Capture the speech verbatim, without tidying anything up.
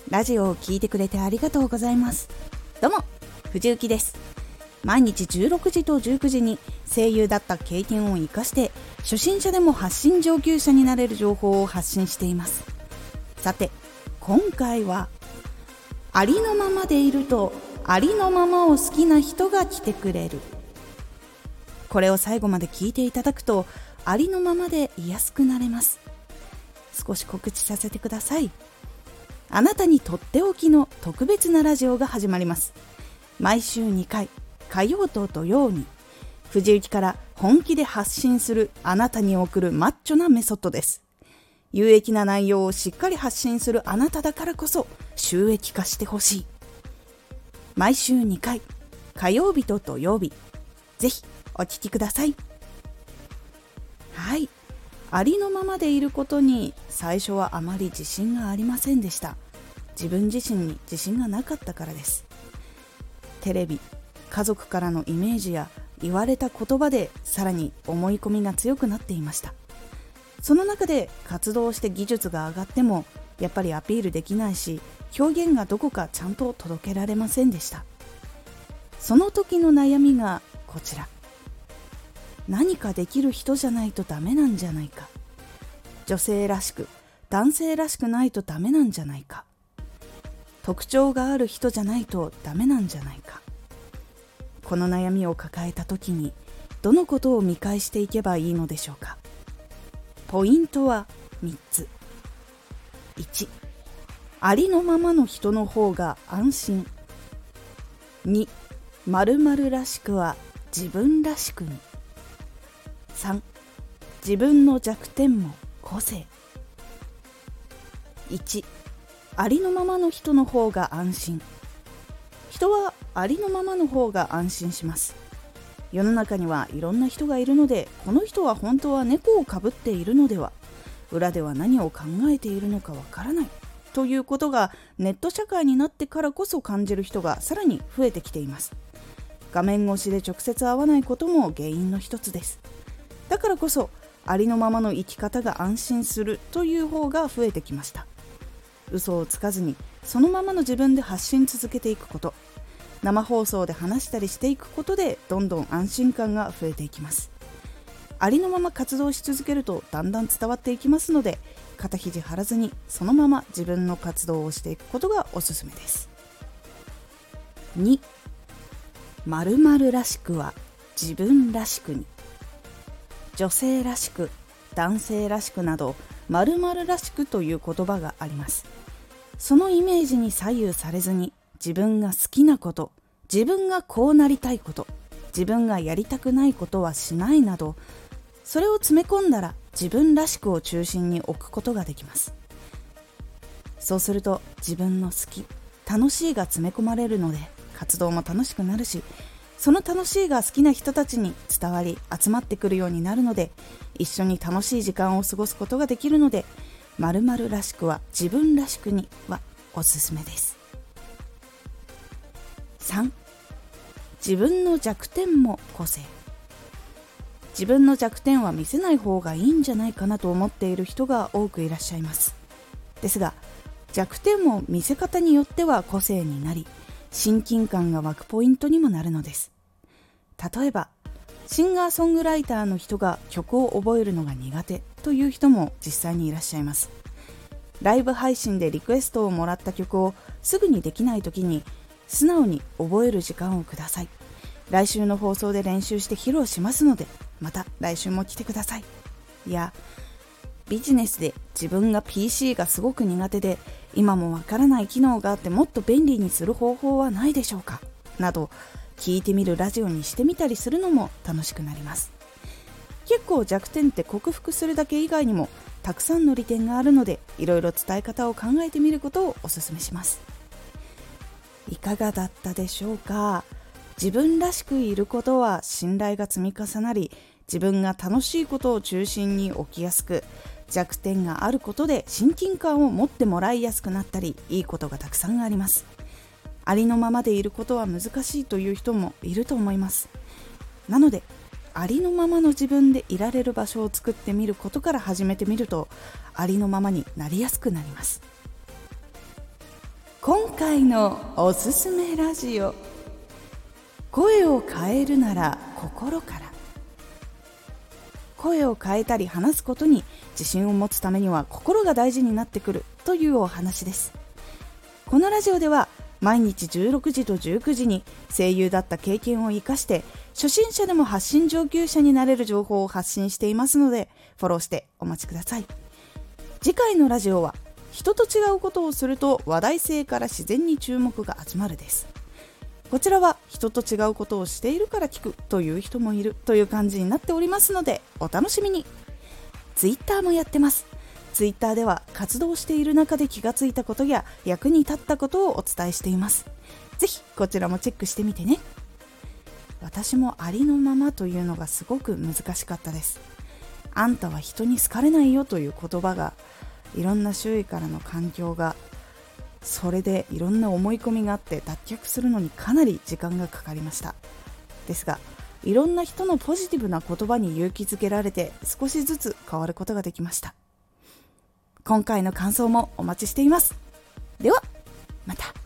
ラジオを聞いてくれてありがとうございます。どうも藤幸です。毎日じゅうろくじとじゅうくじに声優だった経験を生かして初心者でも発信上級者になれる情報を発信しています。さて今回はありのままでいるとありのままを好きな人が来てくれる。これを最後まで聞いていただくとありのままでいやすくなれます。少し告知させてください。あなたにとっておきの特別なラジオが始まります。毎週にかい、火曜と土曜に藤幸から本気で発信するあなたに送るマッチョなメソッドです。有益な内容をしっかり発信するあなただからこそ収益化してほしい。毎週にかい、火曜日と土曜日、ぜひお聞きください。はい、ありのままでいることに最初はあまり自信がありませんでした。自分自身に自信がなかったからです。テレビ、家族からのイメージや言われた言葉でさらに思い込みが強くなっていました。その中で活動して技術が上がってもやっぱりアピールできないし、表現がどこかちゃんと届けられませんでした。その時の悩みがこちら。何かできる人じゃないとダメなんじゃないか。女性らしく男性らしくないとダメなんじゃないか。特徴がある人じゃないとダメなんじゃないか。この悩みを抱えた時にどのことを見返していけばいいのでしょうか。ポイントはみっつ。いち、ありのままの人の方が安心。に、〇〇らしくは自分らしくに。さん、自分の弱点も個性。いち、ありのままの人の方が安心。人はありのままの方が安心します。世の中にはいろんな人がいるので、この人は本当は猫をかぶっているのでは、裏では何を考えているのかわからないということがネット社会になってからこそ感じる人がさらに増えてきています。画面越しで直接会わないことも原因の一つです。だからこそありのままの生き方が安心するという方が増えてきました。嘘をつかずにそのままの自分で発信続けていくこと、生放送で話したりしていくことでどんどん安心感が増えていきます。ありのまま活動し続けるとだんだん伝わっていきますので、肩肘張らずにそのまま自分の活動をしていくことがおすすめです。に、〇〇らしくは自分らしくに。女性らしく男性らしくなど〇〇らしくという言葉があります。そのイメージに左右されずに自分が好きなこと、自分がこうなりたいこと、自分がやりたくないことはしないなど、それを詰め込んだら自分らしくを中心に置くことができます。そうすると自分の好き、楽しいが詰め込まれるので活動も楽しくなるし、その楽しいが好きな人たちに伝わり集まってくるようになるので、一緒に楽しい時間を過ごすことができるので、〇〇らしくは自分らしくにはおすすめです。さん、自分の弱点も個性。自分の弱点は見せない方がいいんじゃないかなと思っている人が多くいらっしゃいます。ですが弱点も見せ方によっては個性になり、親近感が湧くポイントにもなるのです。例えばシンガーソングライターの人が曲を覚えるのが苦手という人も実際にいらっしゃいます。ライブ配信でリクエストをもらった曲をすぐにできない時に素直に覚える時間をください。来週の放送で練習して披露しますので、また来週も来てください。いや、ビジネスで自分が ピーシー がすごく苦手で今もわからない機能があってもっと便利にする方法はないでしょうかなど聞いてみるラジオにしてみたりするのも楽しくなります。結構弱点って克服するだけ以外にもたくさんの利点があるので、いろいろ伝え方を考えてみることをお勧めします。いかがだったでしょうか。自分らしくいることは信頼が積み重なり、自分が楽しいことを中心に置きやすく、弱点があることで親近感を持ってもらいやすくなったり、いいことがたくさんあります。ありのままでいることは難しいという人もいると思います。なのでありのままの自分でいられる場所を作ってみることから始めてみると、ありのままになりやすくなります。 今回のおすすめラジオ、声を変えるなら心から。声を変えたり話すことに自信を持つためには心が大事になってくるというお話です。このラジオでは毎日じゅうろくじとじゅうくじに声優だった経験を生かして初心者でも発信上級者になれる情報を発信していますので、フォローしてお待ちください。次回のラジオは人と違うことをすると話題性から自然に注目が集まるです。こちらは人と違うことをしているから聞くという人もいるという感じになっておりますので、お楽しみに。ツイッターもやってます。ツイッターでは活動している中で気がついたことや役に立ったことをお伝えしています。ぜひこちらもチェックしてみてね。私もありのままというのがすごく難しかったです。あんたは人に好かれないよという言葉が、いろんな周囲からの環境が、それでいろんな思い込みがあって脱却するのにかなり時間がかかりました。ですが、いろんな人のポジティブな言葉に勇気づけられて少しずつ変わることができました。今回の感想もお待ちしています。ではまた。